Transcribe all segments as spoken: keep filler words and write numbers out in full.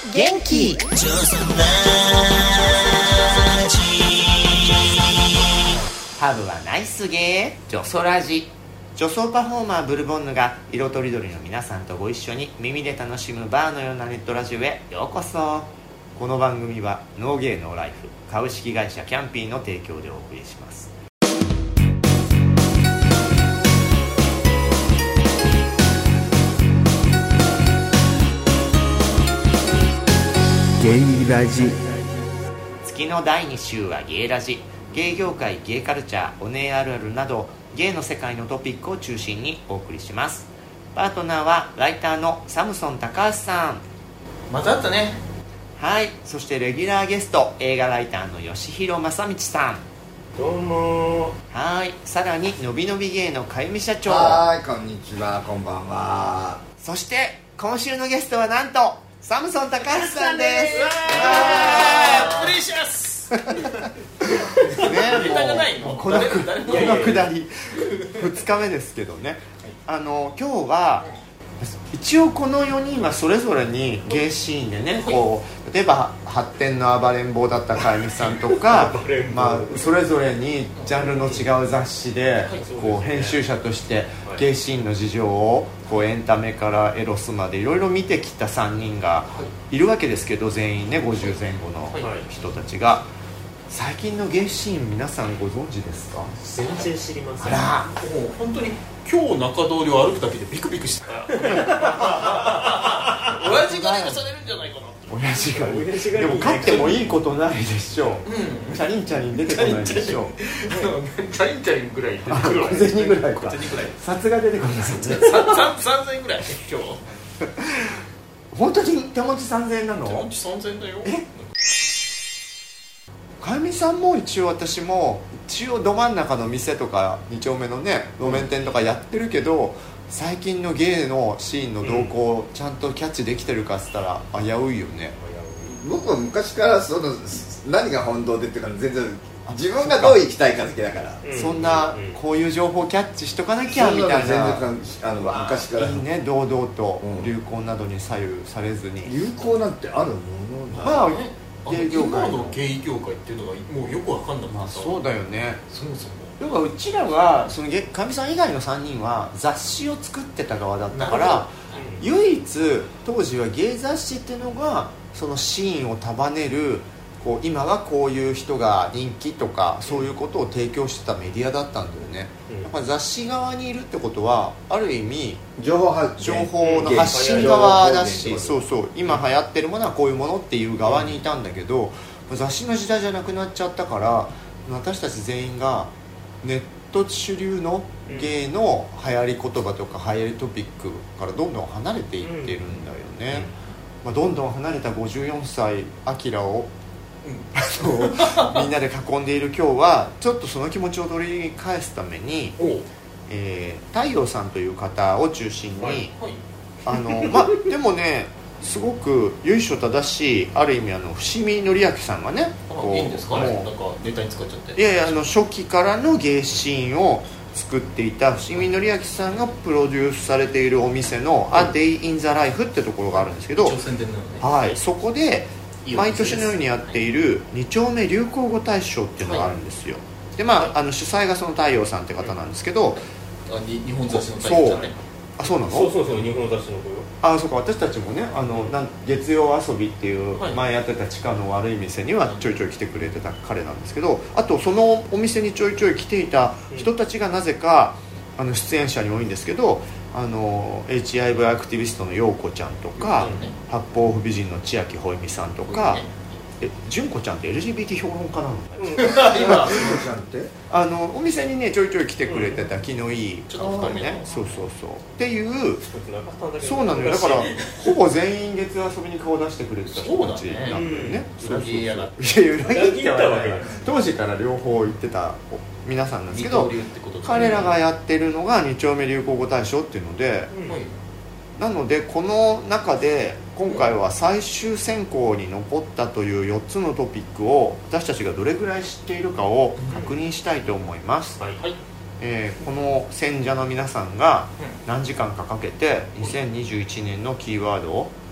元気ハブはナイスゲージョソラジ。女装パフォーマーブルボンヌが色とりどりの皆さんとご一緒に耳で楽しむバーのようなネットラジオへようこそ。この番組はノーゲーノーライフ株式会社キャンピーの提供でお送りします。 ゲイラジ。 月のだいに週はゲイラジ。ゲイ業界、ゲイカルチャー、オネエあるあるなどゲイの世界のトピックを中心にお送りします。パートナーはライターのサムソン高橋さん。 また会ったね。 はい。そしてレギュラーゲスト映画ライターの吉弘正道さん。 どうも。 はい。さらにのびのびゲイのかゆみ社長。 はい、こんにちは、こんばんは。 そして今週のゲストはなんとサムソン高橋さんです。 プレイシャスね、もうこのくだりふつかめですけどね、あの今日は一応このよにんはそれぞれにゲイシーンでね、こう例えば発展の暴れん坊だったかゆみさんとかまあそれぞれにジャンルの違う雑誌でこう編集者としてゲイシーンの事情をこうエンタメからエロスまでいろいろ見てきたさんにんがいるわけですけど、全員ねごじゅうぜん後の人たちが。最近のゲイシーン皆さんご存知ですか？ 全然知りません。 あら、 もう本当に今日中通りを歩くだけでビクビクしてた。親父がねされるんじゃないかな。 親父がでも勝ってもいいことないでしょう、うん、チャリンチャリン出てこないでしょう。 チャリンチャリンぐらい出てくるわ。 小銭ぐらいか。札が出てこないね。 さんぜんえんぐらい今日。 本当に手持ちさんぜんえんなの？ 手持ちさんぜんえんだよ。 えかゆみさんも一応私も一応ど真ん中の店とかに丁目のね路面店とかやってるけど、最近のゲイのシーンの動向をちゃんとキャッチできてるかっつったら危ういよね。 僕は昔からその何が本当でっていうか全然自分がどう生きたいかだけだから、 うん、そんなこういう情報をキャッチしとかなきゃみたいな、 全然あの昔からいいね、堂々と流行などに左右されずに、 流行なんてあるものまあゲイ業界のゲイ業界っていうのがもうよくわかんなくなった。 まあそうだよね。 そもそも要はうちらはそのかみさん以外のさんにんは雑誌を作ってた側だったから、うん、唯一当時はゲイ雑誌っていうのがそのシーンを束ねるこう今はこういう人が人気とかそういうことを提供してたメディアだったんだよね、うん、やっぱ雑誌側にいるってことはある意味情報発情報の発信側だし、そうそう今流行ってるものはこういうものっていう側にいたんだけど、うん、雑誌の時代じゃなくなっちゃったから私たち全員がネット主流のゲイの流行り言葉とか流行りトピックからどんどん離れていってるんだよね、うんまあ、どんどん離れたごじゅうよんさいアキラをうん、みんなで囲んでいる今日はちょっとその気持ちを取り返すために、えー、太陽さんという方を中心に、はいはい、あのまでもねすごく由緒正しいある意味あの伏見則明さんがねこういいんですかね、なんかネタに使っちゃって。 いやいやあの初期からのゲイシーンを作っていた伏見則明さんがプロデュースされているお店の、うん、A Day in the Life ってところがあるんですけど、 一応宣伝なのね、 はい、そこで毎年のようにやっているに丁目流行語大賞っていうのがあるんですよ、はい、でまあ、あの主催がその太陽さんって方なんですけど、 あ日本雑誌の太陽さんね。 あ、そうなの？ そうそうそう、日本雑誌の子よ。 あ、そうか、私たちもねあのなん月曜遊びっていう前やってた地下の悪い店にはちょいちょい来てくれてた彼なんですけど、あとそのお店にちょいちょい来ていた人たちがなぜかあの出演者に多いんですけど、あの エイチアイブイ アクティビストの陽子ちゃんとか、うんね、八方不美人の千秋ほいみさんとか、うんね、え純子ちゃんって エルジービーティー 評論家なの、うん、今純子ちゃんってあのお店にねちょいちょい来てくれてた気のいい、 ちょっとふたりね、 そうそうそうっていうそうなのよ。だからほぼ全員月曜遊びに顔出してくれてた人たちなんだよね。 裏切りやがって、 いや裏切ってはない当時から両方言ってた皆さんなんですけど、彼らがやってるのがに丁目流行語大賞っていうので、うん、なのでこの中で今回は最終選考に残ったというよっつのトピックを私たちがどれぐらい知っているかを確認したいと思います、うんはいえー、この選者の皆さんが何時間かかけてにせんにじゅういちねんのキーワードを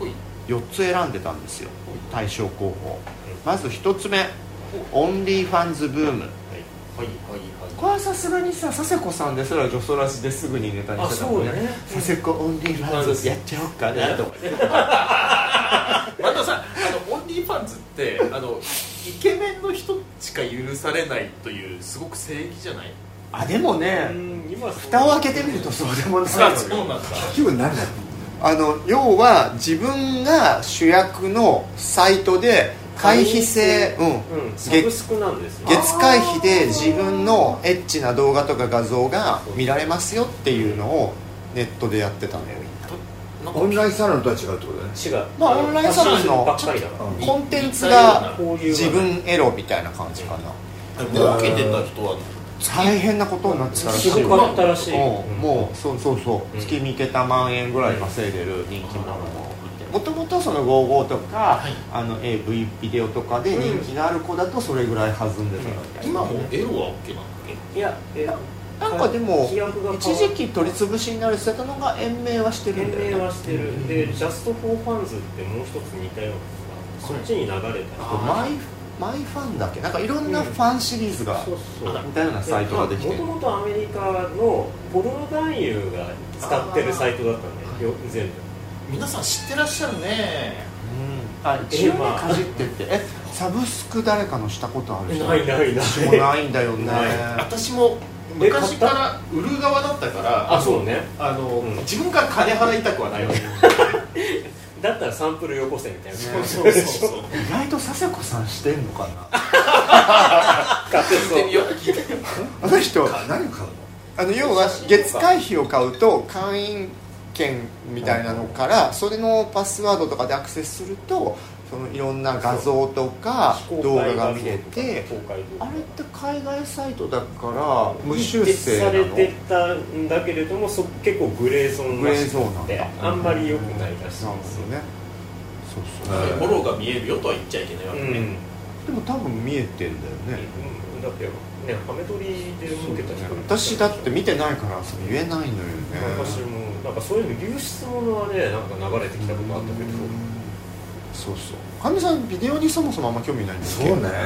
よっつ選んでたんですよ、大賞候補。まずひとつめ、オンリーファンズブーム。 はいはいはい。 これはさすがにさ、佐世子さんですら女装らしですぐにネタにしてたもんね。佐世子オンリーファンズやっちゃおうかなと思って。 またさ、あのオンリーファンズってあのイケメンの人しか許されないというすごく正義じゃない？ あ、でもね、 今蓋を開けてみるとそうでもないのよ。 そうなんだ。 気分なんだろあの要は自分が主役のサイトで会費制、うん、 うん、サブスクなんですよ。 月会費で自分のエッチな動画とか画像が見られますよっていうのをネットでやってたのよ、みんな。 オンラインサロンとは違うってことだね。 違う。 まあオンラインサロンのばっかりだからコンテンツが自分エロみたいな感じかな。 儲けてた人は大変なことになってたらしい。 すごかったらしい。 もう、もうそうそうそう、月に桁万円ぐらい稼いでる人気者もいて、もともとそのゴーゴーとか、はい、あの エーブイ ビデオとかで人気がある子だとそれぐらい弾んでたみたいな、 今もエロは OK なの？ いや、えなんかでも一時期取り潰しになるしてたのが延命はしてるんだよね。 延命はしてる。で、ジャストフォーファンズってもう一つ似たようなのがそっちに流れたり、 マイマイファンだっけ、なんかいろんなファンシリーズが似たようなサイトができて、 もともとアメリカのポルノ男優が使ってるサイトだったんで、よ全部皆さん知ってらっしゃるね。 うん、あ、一応ねかじってって、え、サブスク誰かのしたことある人？ ないないない。 私もないんだよね。 私も昔から売る側だったから、 あ、そうね、 あの、うん、自分から金払いたくはないわけだったらサンプルよこせみたいな、ね、 そうそうそうそう。 意外と佐世子さんしてんのかな買ってそう。 あの人何を買うの？ あの要は月会費を買うと会員券みたいなのからそれのパスワードとかでアクセスするとそのいろんな画像とか動画が見れて、あれって海外サイトだから無修正なの？ されてたんだけれども、そ結構グレーゾーンらしくてあんまり良くないらしいですよね。 そうそう、 フォローが見えるよとは言っちゃいけないわけね、うん、 でも多分見えてんだよね、 うん、だってね、ハメ撮りで受けた人、ね、 私だって見てないからそれ言えないのよね。 私もなんかそういうの流出ものはね、なんか流れてきたことあったけど、 そうそう。かみさんビデオにそもそもあんま興味ないんですけど。 そうね。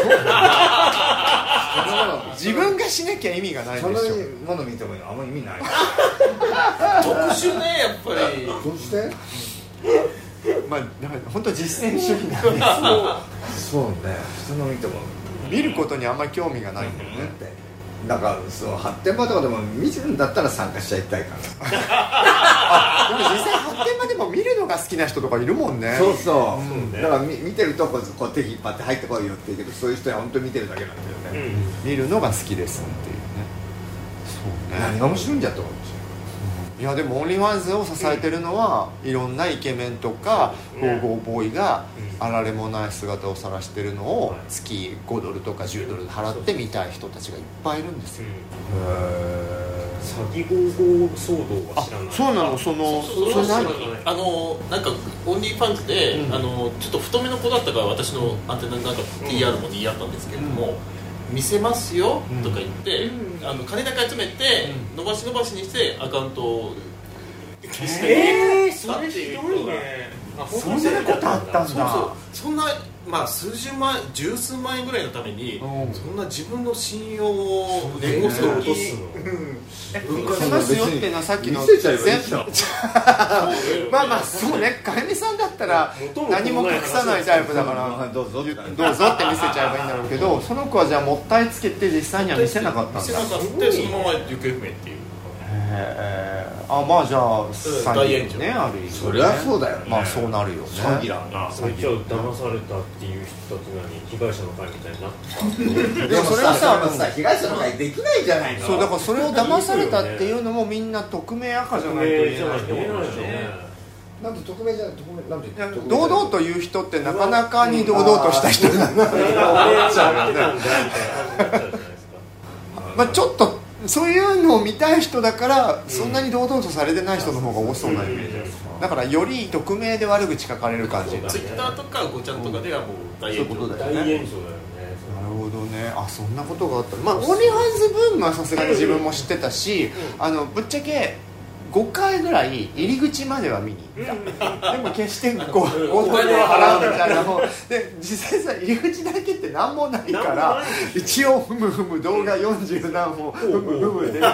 自分がしなきゃ意味がないでしょ。 そのもの見てもあんまり意味ない。 特殊ね、やっぱり。 どうして？ まあだから本当実践主義なんですよ。 そうね。人の見ても見ることにあんまり興味がないんだよね。 なんかそう発展場とかでも見るんだったら参加しちゃいたいかな。 あ、でも実際発展場でも見るのが好きな人とかいるもんね。 そうそう、 うん、 だから見見てるとこうこう手引っ張って入ってこいよって言うけど、そういう人は本当に見てるだけなんだよね、 うん、見るのが好きですっていうね。そうね。 何が面白いんじゃと思っちゃう。いやでもオンリーワンズを支えてるのは、うん、いろんなイケメンとかゴーゴーボーイがあられもない姿を晒してるのを月ごドルとかじゅうドル払って見たい人たちがいっぱいいるんですよ。 詐欺ゴーゴー騒動は知らない。 あ、そうなの。そのそそそあのなんかオンリーファンズで、うん、あのちょっと太めの子だったから私のアンテナなんか ティーアール も似合ったんですけれども、うん、見せますよとか言って、うん、あの金だけ集めて、うん、伸ばし伸ばしにしてアカウントを消して、 えー、それひどいね。 そんなことあったんだ。 そうそう、そんな、まあ、数十万十数万円ぐらいのために、うん、そんな自分の信用を根こそぎ落とすの。 見せますよっていうのはさっきの見せちゃえばいいじゃん。 まあまあそうね、かえみさんだったら何も隠さないタイプだからどうぞってどうぞって見せちゃえばいいんだろうけど、その子はじゃあもったいつけて実際には見せなかったんだ。 見せなかったそのまま行方不明っていう。 へー、あ、まあじゃあ詐欺ね、ある意味。 そりゃそうだよね。 まあそうなるよね。 詐欺だな。 そいつを騙されたっていう人たちなのに被害者の会みたいになってた。 でもそれはさ、被害者の会できないじゃないの。 そうだからそれを騙されたっていうのもみんな匿名赤じゃないと言えないと思うんですよね。 なんで匿名じゃない、匿名なんで堂々と言う人ってなかなかに堂々とした人なんだ。まあちょっとそういうのを見たい人だから、そんなに堂々とされてない人の方が多そうなイメージです。だからより匿名で悪口書かれる感じ。 ツイッターとかごちゃんとかではもう大炎上だよね。大炎上だよね。 なるほどね。あ、そんなことがあった。まあオンリーファンズブームはさすがに自分も知ってたし、あのぶっちゃけごかいぐらい入り口までは見に行った、でも決してごお金を払うみたいなもんで、実際さ入り口だけって何もないから一応ふむふむ動画よんじゅうなん本ふむふむで何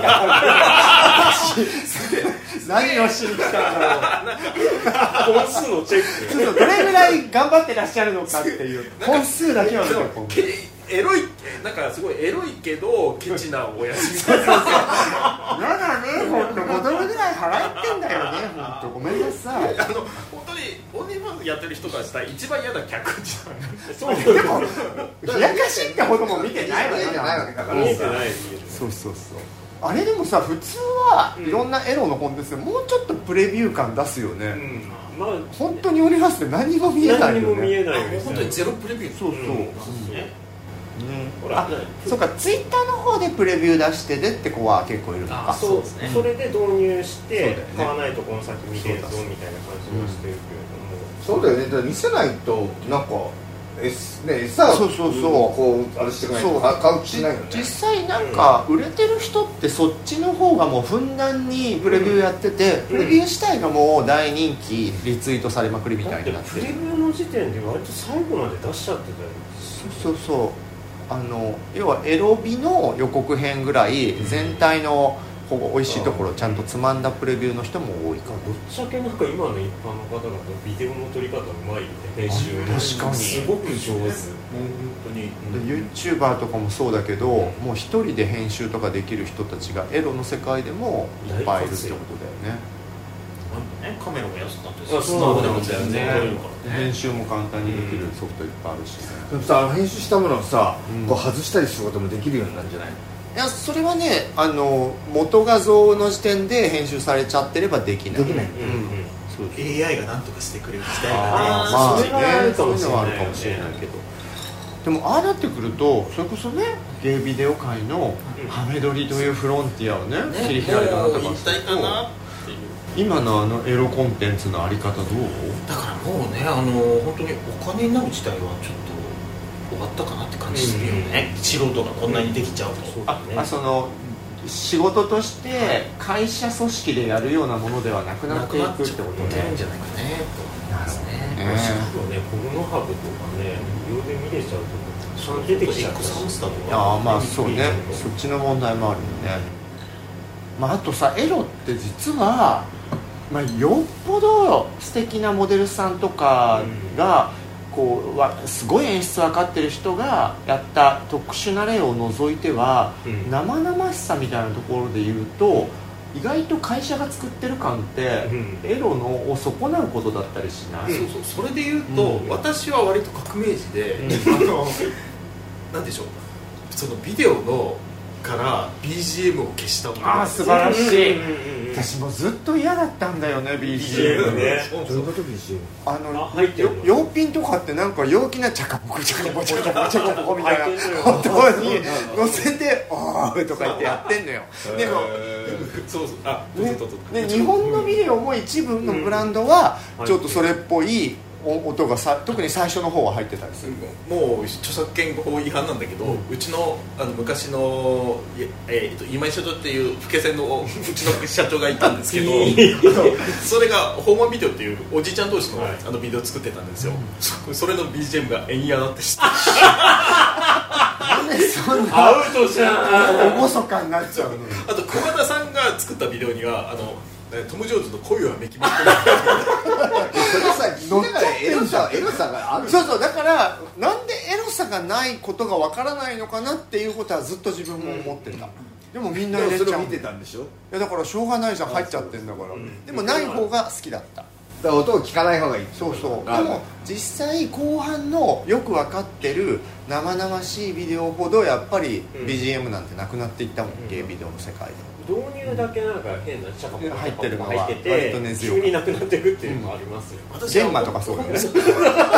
をしに来たんだろう本数のチェックどれぐらい頑張ってらっしゃるのかっていう本数だけは見てこエロいなんかすごいエロいけどケチな親父みたいなやだね、ほんとごドルぐらい払ってんだよね、ほんとごめんなさい。 あの本当にオンリーファンやってる人からしたら一番嫌な客じゃん。 そうでも冷やかしってほども見てないわけじゃないわけだから見えてないそうそうそう。あれでもさ、普通はいろんなエロのコンテンツでもうちょっとプレビュー感出すよね、うん、 まあ本当にオニファースで何も見えないよね。 何も見えないです、 本当にゼロプレビュー。 そうそう、うんうんね、ほらあ、そうか、ツイッターの方でプレビュー出してでって子は結構いるのか。 そうですね。それで導入して買わないとこの先見れるぞみたいな感じにしてるけれども、 そうだよね。だから見せないとなんかえね餌そうそうそうこうあれしてくれないと買う気しないよね。 実際なんか売れてる人ってそっちの方がもうふんだんにプレビューやってて、うん、プレビュー自体がもう大人気、リツイートされまくりみたいになってる。 プレビューの時点で割と最後まで出しちゃってたよ。 そうそうそう。あの要はエロビの予告編ぐらい全体のほぼ美味しいところをちゃんとつまんだプレビューの人も多いかも。 ぶっちゃけなんか今の一般の方々ビデオの撮り方うまいよね、編集確かにすごく上手、本当に、 うん、YouTuber とかもそうだけど、もう一人で編集とかできる人たちがエロの世界でもいっぱいいるってことだよね。 ね、カメラも安かったです。スマホでも全然撮れるからね。 編集も簡単にできるソフトいっぱいあるしね。 でもさ、編集したものをさ、 うん、 こう外したりすることもできるようになるんじゃないの？ いや、それはね、あの元画像の時点で編集されちゃってればできない。 できない。 うんうん、 エーアイ が何とかしてくれる時代がね。 あまあね、 それはあるかもしれない、 そういうのはあるかもしれないけど。でもああなってくると、それこそね、ゲイビデオ界のハメ撮りというフロンティアをね、 ね切り開いた方が引退かなっていう。 今のあのエロコンテンツのあり方どう？ だからもうね、あの本当にお金になる時代はちょっと終わったかなって感じするよね、うん、素人がこんなにできちゃうと、うん、 ああその仕事として会社組織でやるようなものではなくなっていくってことね。 なくなっちゃうんじゃないかねと思いますね。 しかもね、ポルノハブとかね、無料で見れちゃうとそれ出てきちゃう。 ああ、まあそうね、そっちの問題もあるよね。まああとさ、エロって実はまあ、よっぽど素敵なモデルさんとかがこうわすごい演出分かってる人がやった特殊な例を除いては、うん、生々しさみたいなところで言うと意外と会社が作ってる感って、うん、エロのを損なうことだったりしない？ そうそう、それで言うと、うん、私は割と革命児で、うん、あのなんでしょう、そのビデオのから ビージーエム を消したもの。 ああ、素晴らしい、うんうんうん、私もずっと嫌だったんだよね ビージーエム ね。 どういうこと ビージーエム？ あの洋ピンとかってなんか陽気なチャカポコチャカポコチャカポコチャカポコみたいな音に乗せて「おー」とか言ってやってんのよ。でもそうそう、あ、 ね、で日本のビデオも一部のブランドはちょっとそれっぽい音がさ、特に最初の方は入ってたりする。 もう著作権法違反なんだけど、うん、うちの、あの昔の、えー、と今井社長っていう不気線のうちの社長がいたんですけどそれがホーマンビデオっていうおじいちゃん同士の、はい、あのビデオ作ってたんですよ、うん、それの ビージーエム がエンヤだって知ってなんでそんなアウトじゃん、 おごそかになっちゃうの。 あと小形さんが作ったビデオにはあのトム・ジョーズの恋はめきめきそれさ、聞きながらエロさ、エロさがある。 そうそう、だからなんでエロさがないことがわからないのかなっていうことはずっと自分も思ってた、うん、でもみんな入れちゃう。 それを見てたんでしょ。いやだからしょうがないじゃん、入っちゃってんだから、うん、でもない方が好きだった。 だから音を聞かない方がいい。 そうそう。でも実際後半のよく分かってる生々しいビデオほどやっぱり ビージーエム なんてなくなっていったもん、うん、ゲイビデオの世界で。 導入だけなんか変なチャカポカ入ってるのは入ってて急になくなっていくっていうのもありますよ。 ジェンマとかそうだよね。 懐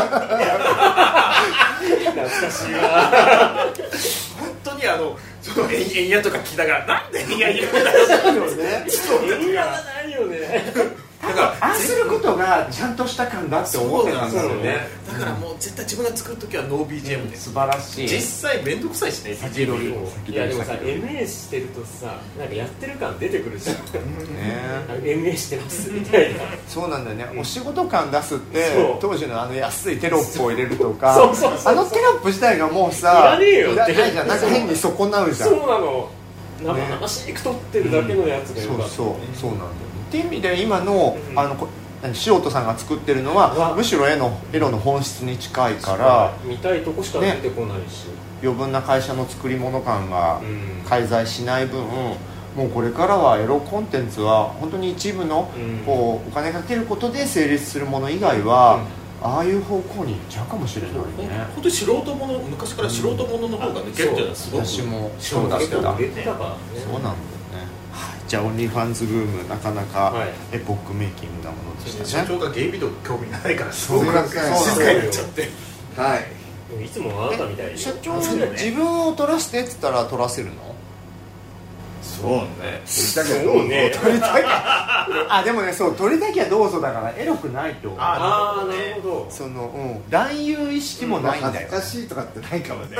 かしいわ。 本当にあのそのエンヤとか聞いたからなんでエンヤ言うんだよね。 エンヤはないよね。 多だからああすることがちゃんとした感だって思ってたんだよね。 だからもう絶対自分が作るときはノー ビージーエム で、 素晴らしい。 実際面倒くさいしね、 先取り。 いやでもさ エムエー してるとさなんかやってる感出てくるじゃん、ね、エムエー してますみたいな。 そうなんだよね、お仕事感出すってそう当時のあの安いテロップを入れるとかそうそうそうそうあのテロップ自体がもうさいらねえよっていらないじゃん、なんか変に損なうじゃん。 そうなの、生々しく撮ってるだけのやつがよかった、ね、 そうそうそうなんだよね。っていう意味で今の、 うん、 あのこ素人さんが作ってるのはむしろ絵の色の本質に近いから見たいとこしか出てこないし、ね、 余分な会社の作り物感がうん介在しない分、もうこれからはエロコンテンツは本当に一部のこうお金かけることで成立するもの以外は、ああいう方向に行っちゃうかもしれないね。 本当に素人もの、昔から素人ものの方が抜けるっていうのはすごく、 私もそうだった。そうなんだよね。はい、じゃあオンリーファンズブームなかなかエポックメイキングなものでしたね。 社長がゲイビデオ興味ないからすごく静かになっちゃって、 はい、 いつもあなたみたいに社長自分を撮らせてって言ったら撮らせるの？ そうね。 撮りたきゃどうね。 撮りたきゃあでもね、そう撮りたきゃどうぞだからエロくないと思う。 ああなるほど。 そのうん男優意識もないんだよ。 恥ずかしいとかってないかもね。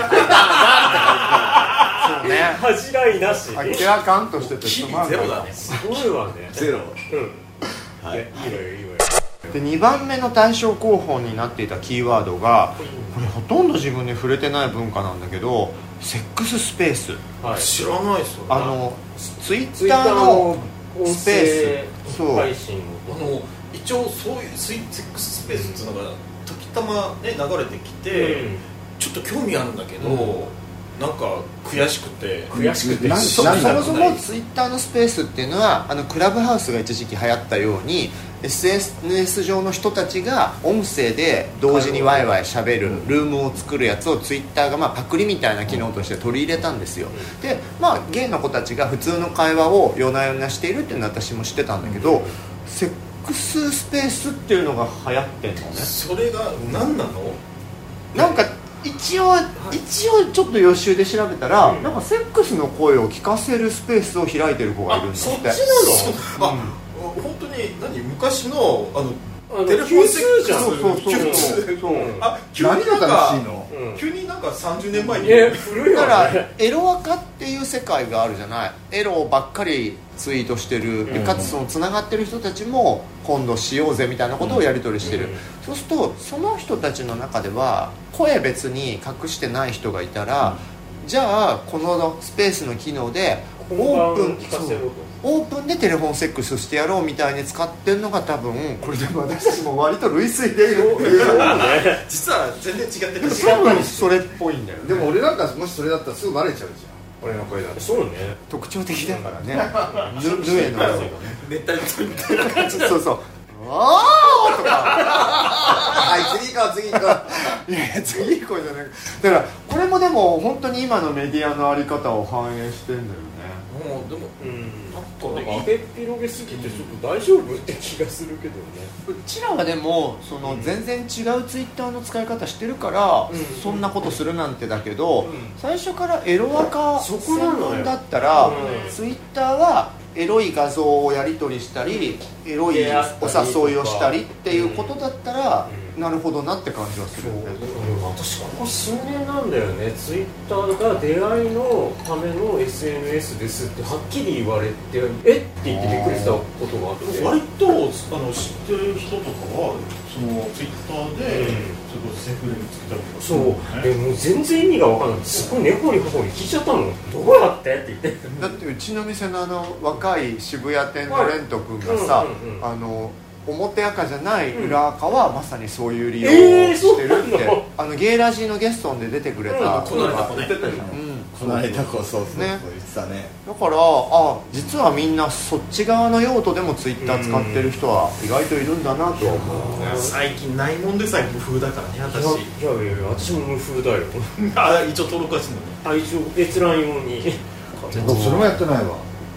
そうね。 恥じらいなし。 明らかんとしててゼロだね。 すごいわね。 ゼロ。 うん。はい。いいわよいいわよ。 でにばんめの対象候補になっていたキーワードが、これほとんど自分で触れてない文化なんだけど、セックススペース。 はい、 知らないっすよ。 あのツイッターのスペース、そう配信あの一応そういうセックススペースっていうのが時たまね流れてきて、うん、ちょっと興味あるんだけど、うん、なんか悔しくて悔しくてそ, そもそもツイッターのスペースっていうのはあのクラブハウスが一時期流行ったように エスエヌエス 上の人たちが音声で同時にワイワイしゃべるルームを作るやつをツイッターがまあパクリみたいな機能として取り入れたんですよ。でまあゲイの子たちが普通の会話を夜な夜なしているっていうのは私も知ってたんだけど、セックススペースっていうのが流行ってんのね。 それが何なの？ なんか一応一応ちょっと予習で調べたら、なんかセックスの声を聞かせるスペースを開いてる子がいるんだって。 そっちなの？あ、本当に何昔のあのテレフォンセックスじゃん。 そうそうそうそう。 あ、急になん何がか楽しいの？ 急になんかさんじゅうねんまえに。 え古いだからわね。 エロアカっていう世界があるじゃない。エロばっかりツイートしてる、でかつそのつながってる人たちも今度しようぜみたいなことをやり取りしてる、うん、そうするとその人たちの中では声別に隠してない人がいたら、うん、じゃあこのスペースの機能でオープンオープンでテレフォンセックスしてやろうみたいに使ってるのが多分これでも私たちも割と類推でいるっていう実は全然違ってた。 多分それっぽいんだよね。 でも俺なんかもしそれだったらすぐバレちゃうじゃん。俺の声だと。 そうね。 特徴的だからね。ヌヌエの熱帯鳥みたいな感じだ。 そうそう。あーとか。 はい次行こう次行こいやいや次行こうじゃない。だからこれもでも本当に今のメディアのあり方を反映してんだよね。 もうでもうんなんか当てっ広げすぎてちょっと大丈夫って気がするけどね。 うちらはでもその全然違うツイッターの使い方してるから、うん、そんなことするなんてだけど、うん、最初からエロアカ専門だったら、うん、ツイッターはエロい画像をやり取りしたり、エロいお誘いをしたりっていうことだったら、うん、なるほどなって感じはするんだけど、 私ここ数年なんだよね。ツイッターが出会いのための エスエヌエス ですってはっきり言われて、えって言ってびっくりしたことがあって、 割とあの知ってる人とかはそのツイッターで、うん、それこそセフレにつけたりとか、 そうでもう全然意味が分からない。すごい根掘り葉掘り聞いちゃったの。どうやってって言って、 だってうちの店のあの若い渋谷店のレント君がさ、あの表赤じゃない裏赤はまさにそういう利用をしてるって、うんえー、あのゲイラジーのゲストンで出てくれた子が言ってたじゃん。 この間こそそうそう言ってたね。 だからあ実はみんなそっち側の用途でもツイッター使ってる人は意外といるんだなとは思う。 最近ないもんでさえ無風だからね私。 いやいやいや私も無風だよ。 あ一応登録はしてるのね。 あ一応閲覧用に。 それもやってないわ。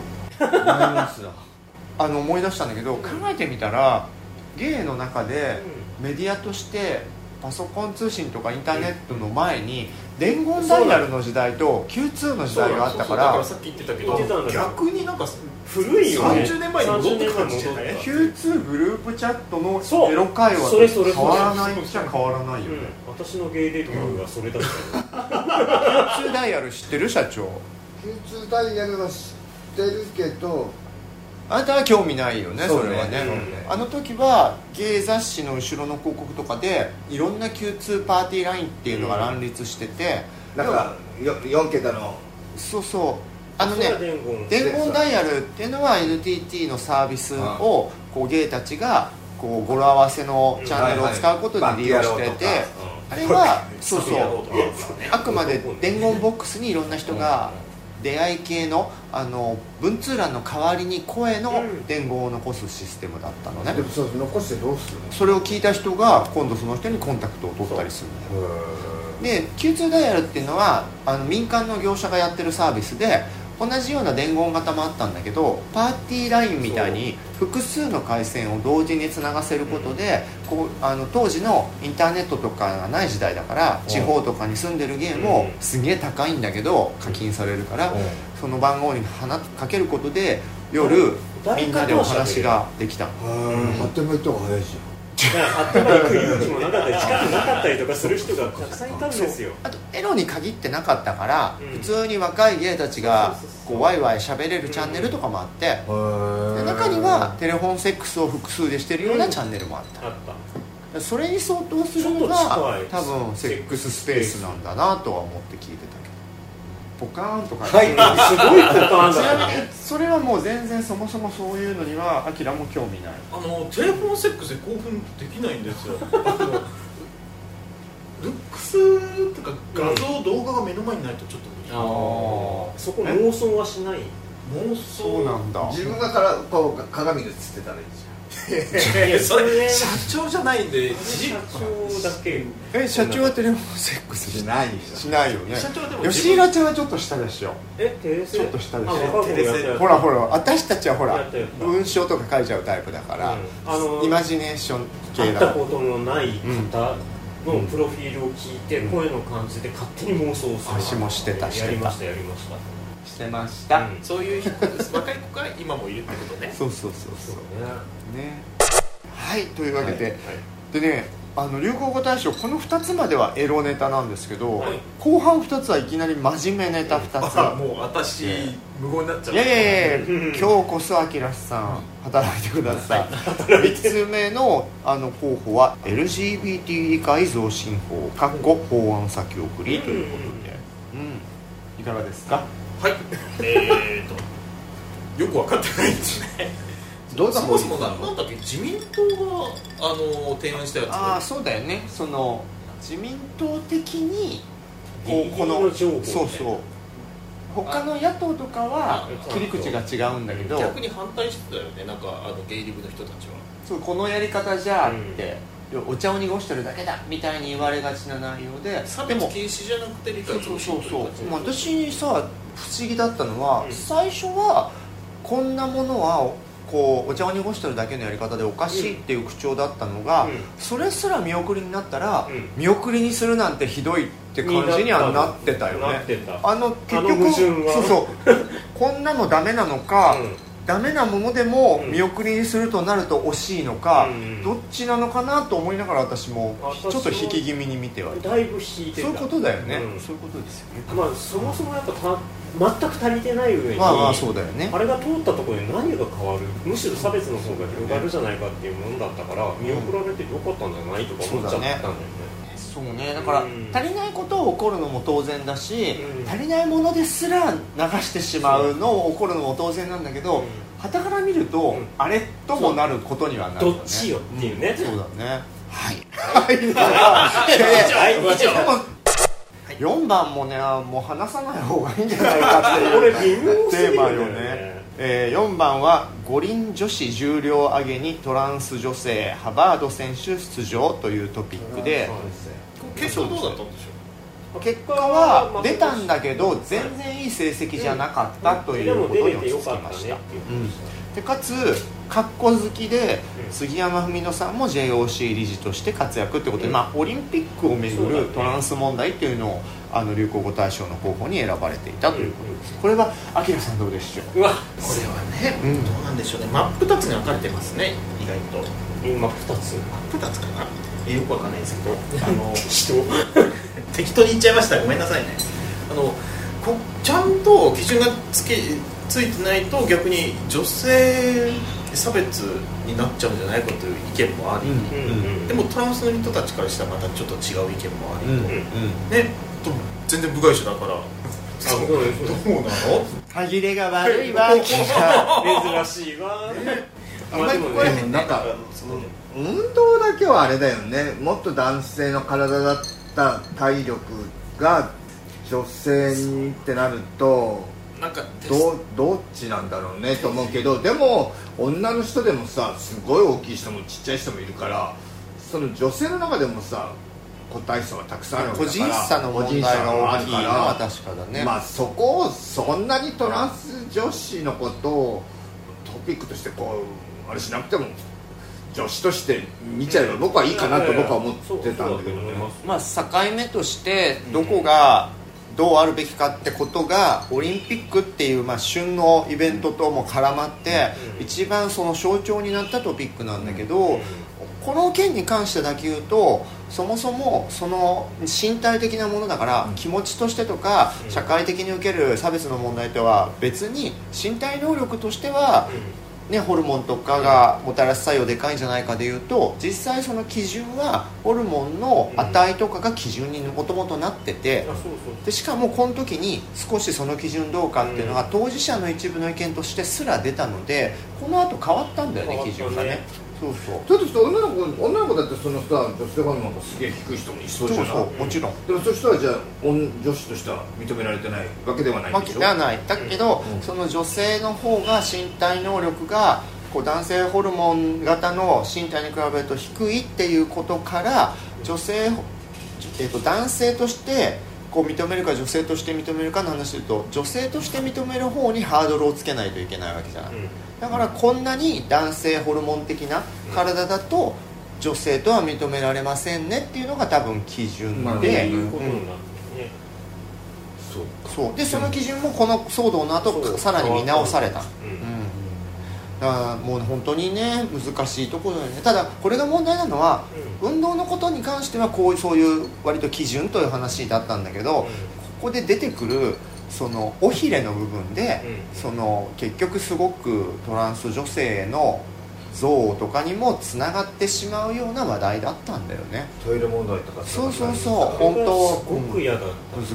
あの思い出したんだけど、考えてみたらゲイの中でメディアとしてパソコン通信とかインターネットの前に伝言ダイヤルの時代と キューツー の時代があったから、 だからさっき言ってたけど逆になんか古いよね。 さんじゅうねんまえに戻ってく感じじゃない？ キューツー グループチャットのエロ会話と変わらないっちゃ変わらないよね、 うん、私のゲイレートがそれだったよ、 キューツー ダイヤル知ってる社長？ キューツー ダイヤルは知ってるけど、 あなたは興味ないよね、それはね、 うん、 あの時はゲイ雑誌の後ろの広告とかでいろんな キューツー パーティーラインっていうのが乱立してて、 なんかよん桁のそうそうあのね伝伝言ダイヤルっていうのは エヌティーティー のサービスをこうゲイたちがこう語呂合わせのチャンネルを使うことで利用してて、あれはそうそうあくまで伝言ボックスにいろんな人が出会い系のあの文通欄の代わりに声の伝言を残すシステムだったのね。 でもそう残してどうするの？ それを聞いた人が今度その人にコンタクトを取ったりするのよ。で キューツー ダイヤルっていうのはあの民間の業者がやってるサービスで、同じような伝言型もあったんだけど、パーティーラインみたいに複数の回線を同時につながせることで、こうあの当時のインターネットとかがない時代だから、地方とかに住んでるゲームをすげえ高いんだけど課金されるから、その番号に話かけることで夜みんなでお話ができた。 発展も行った方が早いし、 あっても行く勇気もなかったり近くなかったりとかする人がたくさんいたんですよ。 あとエロに限ってなかったから、うん、普通に若いゲイたちがこうワイワイ喋れるチャンネルとかもあって、うん、で中にはテレフォンセックスを複数でしてるようなチャンネルもあった、うん、あったそれに相当するのが多分セックススペースなんだなとは思って聞いてたけど、ポカーンとか、 はい、すごいポカーンだちなみにそれはもう全然そもそもそういうのにはアキラも興味ない。 あのテレフォンセックスで興奮できないんですよあのルックスとか画像、うん、動画が目の前にないとちょっと無理。 あそこ妄想はしない。 妄想なんだ。 自分がからこう鏡に映ってたらいいじゃん。 いやそれ社長じゃないんで社長だけ。 え社長はテレフォンセックスしないしないよね。 社長でも吉井ちゃんはちょっと下でしょ。 えテレセちょっと下でしょ。 テレセほらほら私たちはほら文章とか書いちゃうタイプだから、うん、あのイマジネーション系だ。 会ったことのない方のプロフィールを聞いて、うん、声の感じで勝手に妄想する。 私もしてたしてた。 やりましたやりました。 してました、うん、 そういう若い子が今もいるってことね。 そうそうそうそうね。ねはいというわけで、はいはい、でねあの流行語大賞このふたつまではエロネタなんですけど、はい、後半ふたつはいきなり真面目ネタふたつ、 うん、もう私、えー、無言になっちゃう。 いやいやいや今日こそあきらさん、うん、働いてください。みっつめのあの候補は エルジービーティー 理解増進法（法案先送り）ということで、うん、いかがですか？ はい、えーとよく分かってないですね。どうそもそもなんだっけ自民党があの提案したやつ。 ああそうだよね。その自民党的にこうこのそうそう他の野党とかは切り口が違うんだけど逆に反対してたよね。なんかあのゲイリブの人たちはそうこのやり方じゃあって、うん、お茶を濁してるだけだみたいに言われがちな内容で、 差別禁止じゃなくて理解増進。 そうそうそう。まあ、私さ不思議だったのは、うん、最初はこんなものはこうお茶を濁してるだけのやり方でおかしいっていう口調だったのが、うん、それすら見送りになったら、うん、見送りにするなんてひどいって感じにはなってたよね。あの結局そうそうこんなのダメなのか、うん、ダメなものでも見送りにするとなると惜しいのか、うん、どっちなのかなと思いながら私もちょっと引き気味に見てはいた。 だいぶ引いてた。 そういうことだよね、 うん、 そういうことですよね。 まあそもそもやっぱた全く足りてない上に、 まあまあそうだよね、 あれが通ったところで何が変わる、むしろ差別の方が広がるじゃないかっていうものだったから、見送られてよかったんじゃないとか思っちゃったんだよね。 そうね、だから、うん、足りないことを起こるのも当然だし、うん、足りないものですら流してしまうのを起こるのも当然なんだけど、うん、傍から見ると、うん、あれともなることにはなるよね。 どっちよっていうね、 うん、そうだね。はいはいよんばんもねもう話さない方がいいんじゃないかっていうテーマよね。えー、よんばんは五輪女子重量挙げにトランス女性ハバード選手出場というトピックで、 結果どうだったんでしょう。 結果は出たんだけど全然いい成績じゃなかったということに落ち着きました。 でかつ格好好きで杉山文乃さんも ジェイオーシー 理事として活躍ってことで、まあ、オリンピックをめぐるトランス問題っていうのをあの流行語大賞の候補に選ばれていたということです。これはアキラさんどうでしょう。 うわこれはね、うん、どうなんでしょうね。真っ二つに分かれてますね、意外と。 今ふたつ真っ二つかな、えよくわかんないですけどあの人適当に言っちゃいました、ごめんなさいね。あのこちゃんと基準がつけついてないと逆に女性差別になっちゃうんじゃないかという意見もあり、うんうん、でもトランスの人たちからしたらまたちょっと違う意見もありと、うんうん、ね、と全然部外者だからそうどうなの歯切れが悪いわ珍しいわ、 ね、まあ、でもね、なんかその運動だけはあれだよね。もっと男性の体だった体力が女性にってなるとなんかど, どっちなんだろうねと思うけど、でも女の人でもさ、すごい大きい人もちっちゃい人もいるから、その女性の中でもさ個体差はたくさんあるわけだから、 個人差の問題が大きいのは確かだね。 まあ、そこをそんなにトランス女子のことをトピックとしてこうあれしなくても女子として見ちゃえば僕はいいかなと僕は思ってたんだけどね。 まあ境目としてどこがどうあるべきかってことがオリンピックっていうまあ旬のイベントとも絡まって一番その象徴になったトピックなんだけど、この件に関してだけ言うとそもそもその身体的なものだから気持ちとしてとか社会的に受ける差別の問題とは別に身体能力としてはね、ホルモンとかがもたらす作用でかいんじゃないかでいうと、実際その基準はホルモンの値とかが基準にもともとなってて、でしかもこの時に少しその基準どうかっていうのが当事者の一部の意見としてすら出たので、この後変わったんだよね、基準がね。そうそう。 だって女の子、女の子だってそのさ、女性ホルモンがすげえ低い人もいそうじゃない。 そうそう、もちろん。 でもそしたらじゃあ女子としては認められてないわけではないでしょ。 わけではない。だけど、うん、その女性の方が身体能力がこう男性ホルモン型の身体に比べると低いっていうことから、女性、えーと、男性としてこう認めるか女性として認めるかの話で言うと、女性として認める方にハードルをつけないといけないわけじゃない。うん、だからこんなに男性ホルモン的な体だと女性とは認められませんねっていうのが多分基準で、そうでその基準もこの騒動の後さらに見直された。うんだからもう本当にね難しいところだよね。ただこれが問題なのは、うん、運動のことに関してはこういうそういう割と基準という話だったんだけど、うん、ここで出てくるその尾ひれの部分で、うん、その結局すごくトランス女性の像とかにもつながってしまうような話題だったんだよね。 トイレ問題とかそうそうそう本当すごく嫌だった、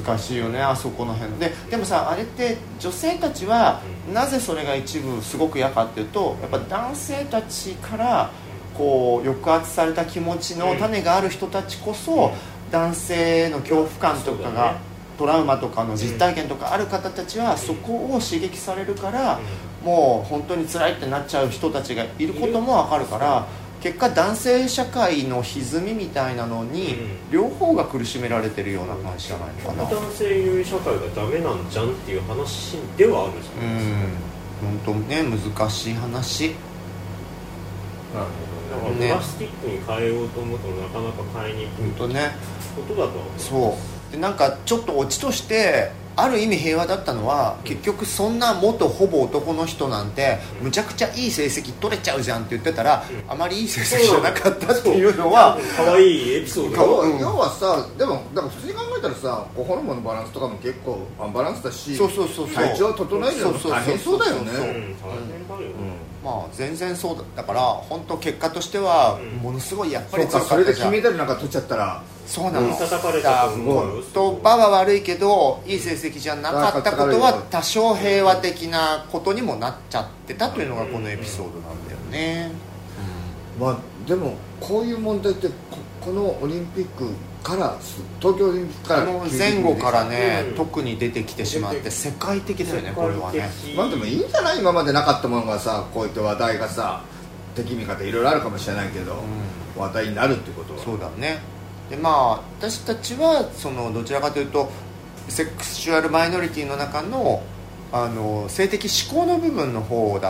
うん、難しいよねあそこの辺で。でもさあれって女性たちはなぜそれが一部すごく嫌かっていうと、やっぱ男性たちからこう抑圧された気持ちの種がある人たちこそ、男性の恐怖感とかが、トラウマとかの実体験とかある方たちはそこを刺激されるから、もう本当に辛いってなっちゃう人たちがいることも分かるから、結果男性社会の歪みみたいなのに両方が苦しめられてるような感じじゃないのかな。 男性優位社会がダメなんじゃんっていう話ではあるじゃないですか。 うん本当ね難しい話。 なるほど。だからプラスチックに変えようと思うとなかなか変えにくいことだとは思う。 そうでなんかちょっとオチとしてある意味平和だったのは、結局そんな元ほぼ男の人なんてむちゃくちゃいい成績取れちゃうじゃんって言ってたら、あまりいい成績じゃなかったっていうのは可愛いエピソード。 要はさ、でもだから普通に考えたらさ、ホルモンのバランスとかも結構アンバランスだし、 そうそうそうそう体調を整えるのも大変そうだよね。 まあ全然そうだだから本当結果としてはものすごいやっぱり強かったじゃん。それで金メダルなんか取っちゃったらそうなの。 叩かれたと思うよ。 言葉は悪いけどいい成績じゃなかったことは多少平和的なことにもなっちゃってたというのがこのエピソードなんだよね。 うん、まあでもこういう問題って こ, このオリンピックから東京オリンピックからの前後からね、うん、特に出てきてしまって世界的だよねこれはね。 まあでもいいんじゃない。今までなかったものがさ、こういった話題がさ、敵味方いろいろあるかもしれないけど、うん、話題になるってことはそうだね。でまあ私たちはそのどちらかというとセクシュアルマイノリティの中のあの性的指向の部分の方だ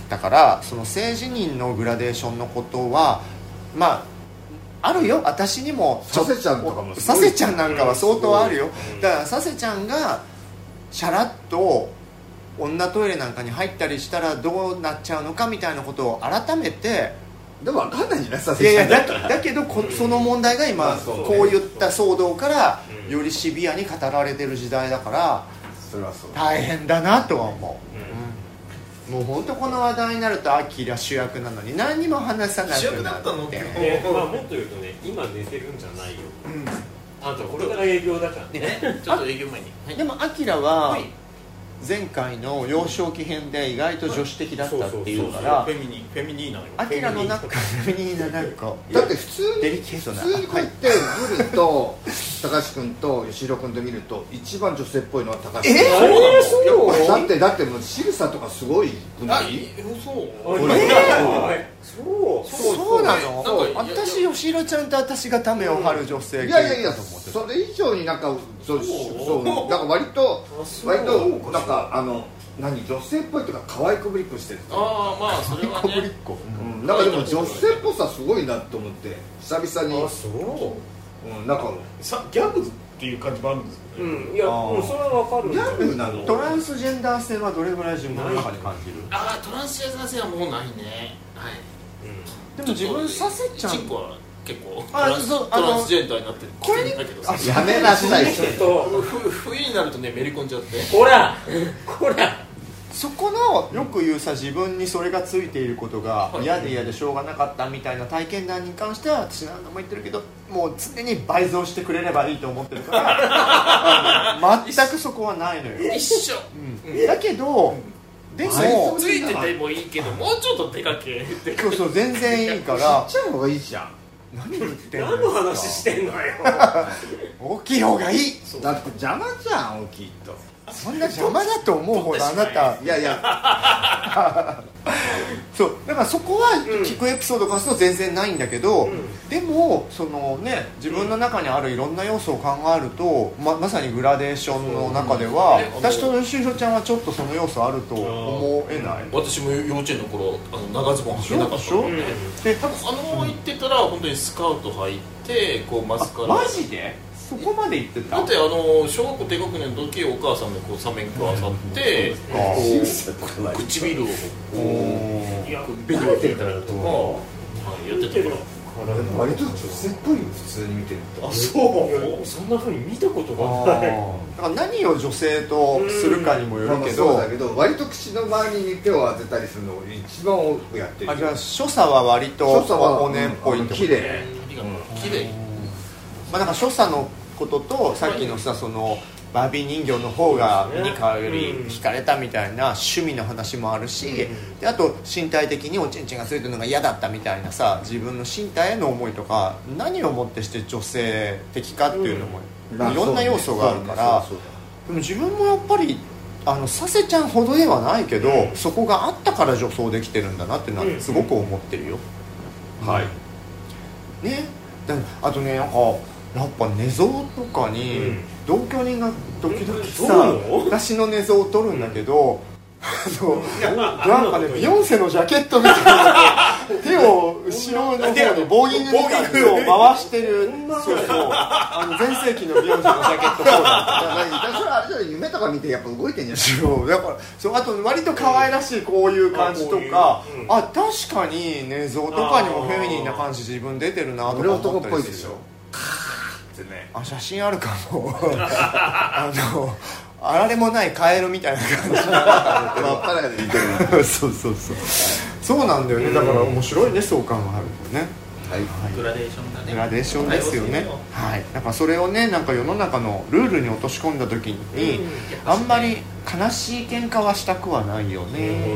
だからその性自認のグラデーションのことはまああるよ。私にもサセちゃんとかもサセちゃんなんかは相当あるよ。だからサセちゃんがシャラッと女トイレなんかに入ったりしたらどうなっちゃうのかみたいなことを改めて。 でも分かんないんじゃないサいやいセちゃんや だ, だけどこその問題が今こういった騒動からよりシビアに語られてる時代だからそれはそう大変だなとは思う、うん、もう本当この話題になるとアキラ主役なのに何にも話さなくなって主役だったのってね、まあ、もっと言うとね今寝てるんじゃないよ、うん、あんたこれから営業だからねちょっと営業前に、はい、 でもアキラは前回の幼少期編で意外と女子的だったっていうからフェミニフェミニーなのよ。 アキラの中フェミニーななんかだって普通にデリケートな普通にこうやって見ると高橋君と吉弘君と見ると一番女性っぽいのは高橋君。 えー、そうなの？ だってだってもう仕草とかすごいくない？ そうほらえー、そうそうそうなの？ なんか私吉弘ちゃんと私がためを張る女性いやいやいやそれ以上になんかそうそうなんか割と割となんかあの何女性っぽいというか可愛いこぶりっこしてる。 ああまあそれはね。 うん、なんかでも女性っぽさすごいなと思って久々に。 あそう。 うんなんかさギャグっていう感じもあるんですけどね。 うんいやうんそれはわかる。 ギャグなの？ トランスジェンダー性はどれぐらい自分の中で感じる？ ああトランスジェンダー性はもうないね。はい。 でも自分させちゃう。 チンコは結構トあランスそうトランスジェンダーになってる。 これにだけどあやめなさい。 ちょっと冬になるとねめり込んじゃって。 ほらほら。 そこのよく言うさ自分にそれがついていることが嫌で嫌でしょうがなかったみたいな体験談に関しては私何度も言ってるけどもう常に倍増してくれればいいと思ってるから全くそこはないのよ一緒、 うん、だけど、うん、でもついててもいいけどもうちょっと手掛けってそうそう全然いいからちっちゃい方がいいじゃん。 何言ってんの何の話してんのよ大きい方がいい。 だって邪魔じゃん大きいと。 そんな邪魔だと思うほどあなたいやいやそうだからそこは聞くエピソードからすると全然ないんだけど、うん、でもそのね自分の中にあるいろんな要素を考えると ま, まさにグラデーションの中では、うん、私と吉弘ちゃんはちょっとその要素あると思えない。 私も幼稚園の頃あの長ズボン履けなかったので、で多分あのまま行ってたら本当にスカウト履いてこうマスカラマジでそこまで行ってた。 だってあの小学校低学年の時お母さんのこう左面くわさってこう唇をこういや紅をてたらとかやってたから割と女性っぽいよ普通に見てると。 あそうそんな風に見たことがない。 だから何を女性とするかにもよるけど、 まあ、そうだけど割と口の周りに手を当てたりするのを一番多くやってる。 あじゃあ所作は割とおねんっぽいってこと。 綺麗綺麗。 まあなんか所作のこととさっきのさそのバービー人形の方がにかより惹かれたみたいな趣味の話もあるし、であと身体的におちんちんがついてるのが嫌だったみたいなさ自分の身体への思いとか何をもってして女性的かっていうのもいろんな要素があるから、でも自分もやっぱりあのさせちゃんほどではないけど、うん、そこがあったから女装できてるんだなっていうのはすごく思ってるよ、うん、はいね。であとねなんかやっぱ寝相とかに同居人が時々さ、うん、私の寝相を撮るんだけど、あのなんかねビヨンセのジャケットみたいな手を後ろの方にボーギングみたいなのを回してるそうそうあの全盛期のビヨンセのジャケットそうだったそれあれじゃ夢とか見てやっぱ動いてんじゃないそうだからそうあと割と可愛らしいこういう感じとか、うん、あ確かに寝相とかにもフェミニンな感じ自分出てるなとか思ったりするよ。ね、あ写真あるかもあのあられもないカエルみたいな感じ真っ裸で見てるそうそうそうそうなんだよね。だから面白いね相関があるんだよね、 はいはい、グラデーションだね。 グラデーションですよね。はい。なんかそれをねなんか世の中のルールに落とし込んだ時に、うん、あんまり悲しい喧嘩はしたくはないよね、うん、はい、はい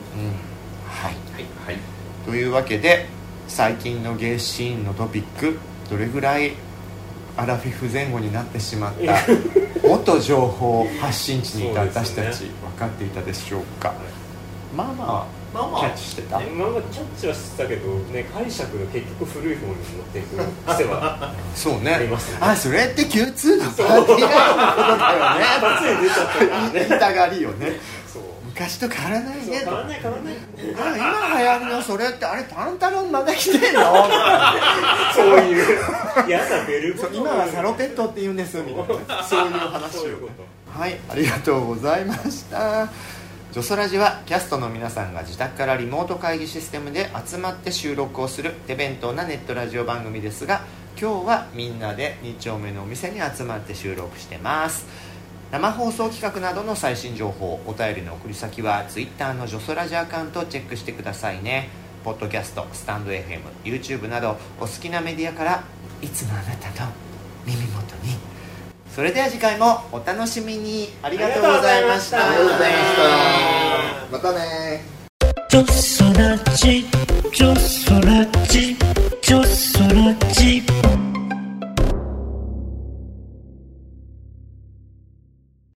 はい、というわけで最近のゲイシーンのトピックどれぐらいアラフィフ前後になってしまった元情報発信地にいた私たち、ね、分かっていたでしょうか。まあまあ、まあまあ、キャッチしてた、 ね、まあまあキャッチはしてたけど、ね、解釈が結局古い方に持っていく癖はそうねありますね。 あそれって キューツー のパーティーラインのことだよね出ちゃったからね言いたがりよね。 そう昔と変わらないね変わらない変わらないあ今流行りのそれってあれタンタロンまだ着てんのそういうやだベルボトム今はサロペットって言うんですみたいなそういう話をそういうことはいありがとうございましたジョソラジはキャストの皆さんが自宅からリモート会議システムで集まって収録をする手弁当なネットラジオ番組ですが今日はみんなでに丁目のお店に集まって収録してます生放送企画などの最新情報お便りの送り先は Twitter のジョソラジアカウントをチェックしてくださいねポッドキャスト、スタンド エフエム、YouTube などお好きなメディアからいつもあなたの耳元にそれでは次回もお楽しみにありがとうございましたありがとうございましたまたねジョソラジ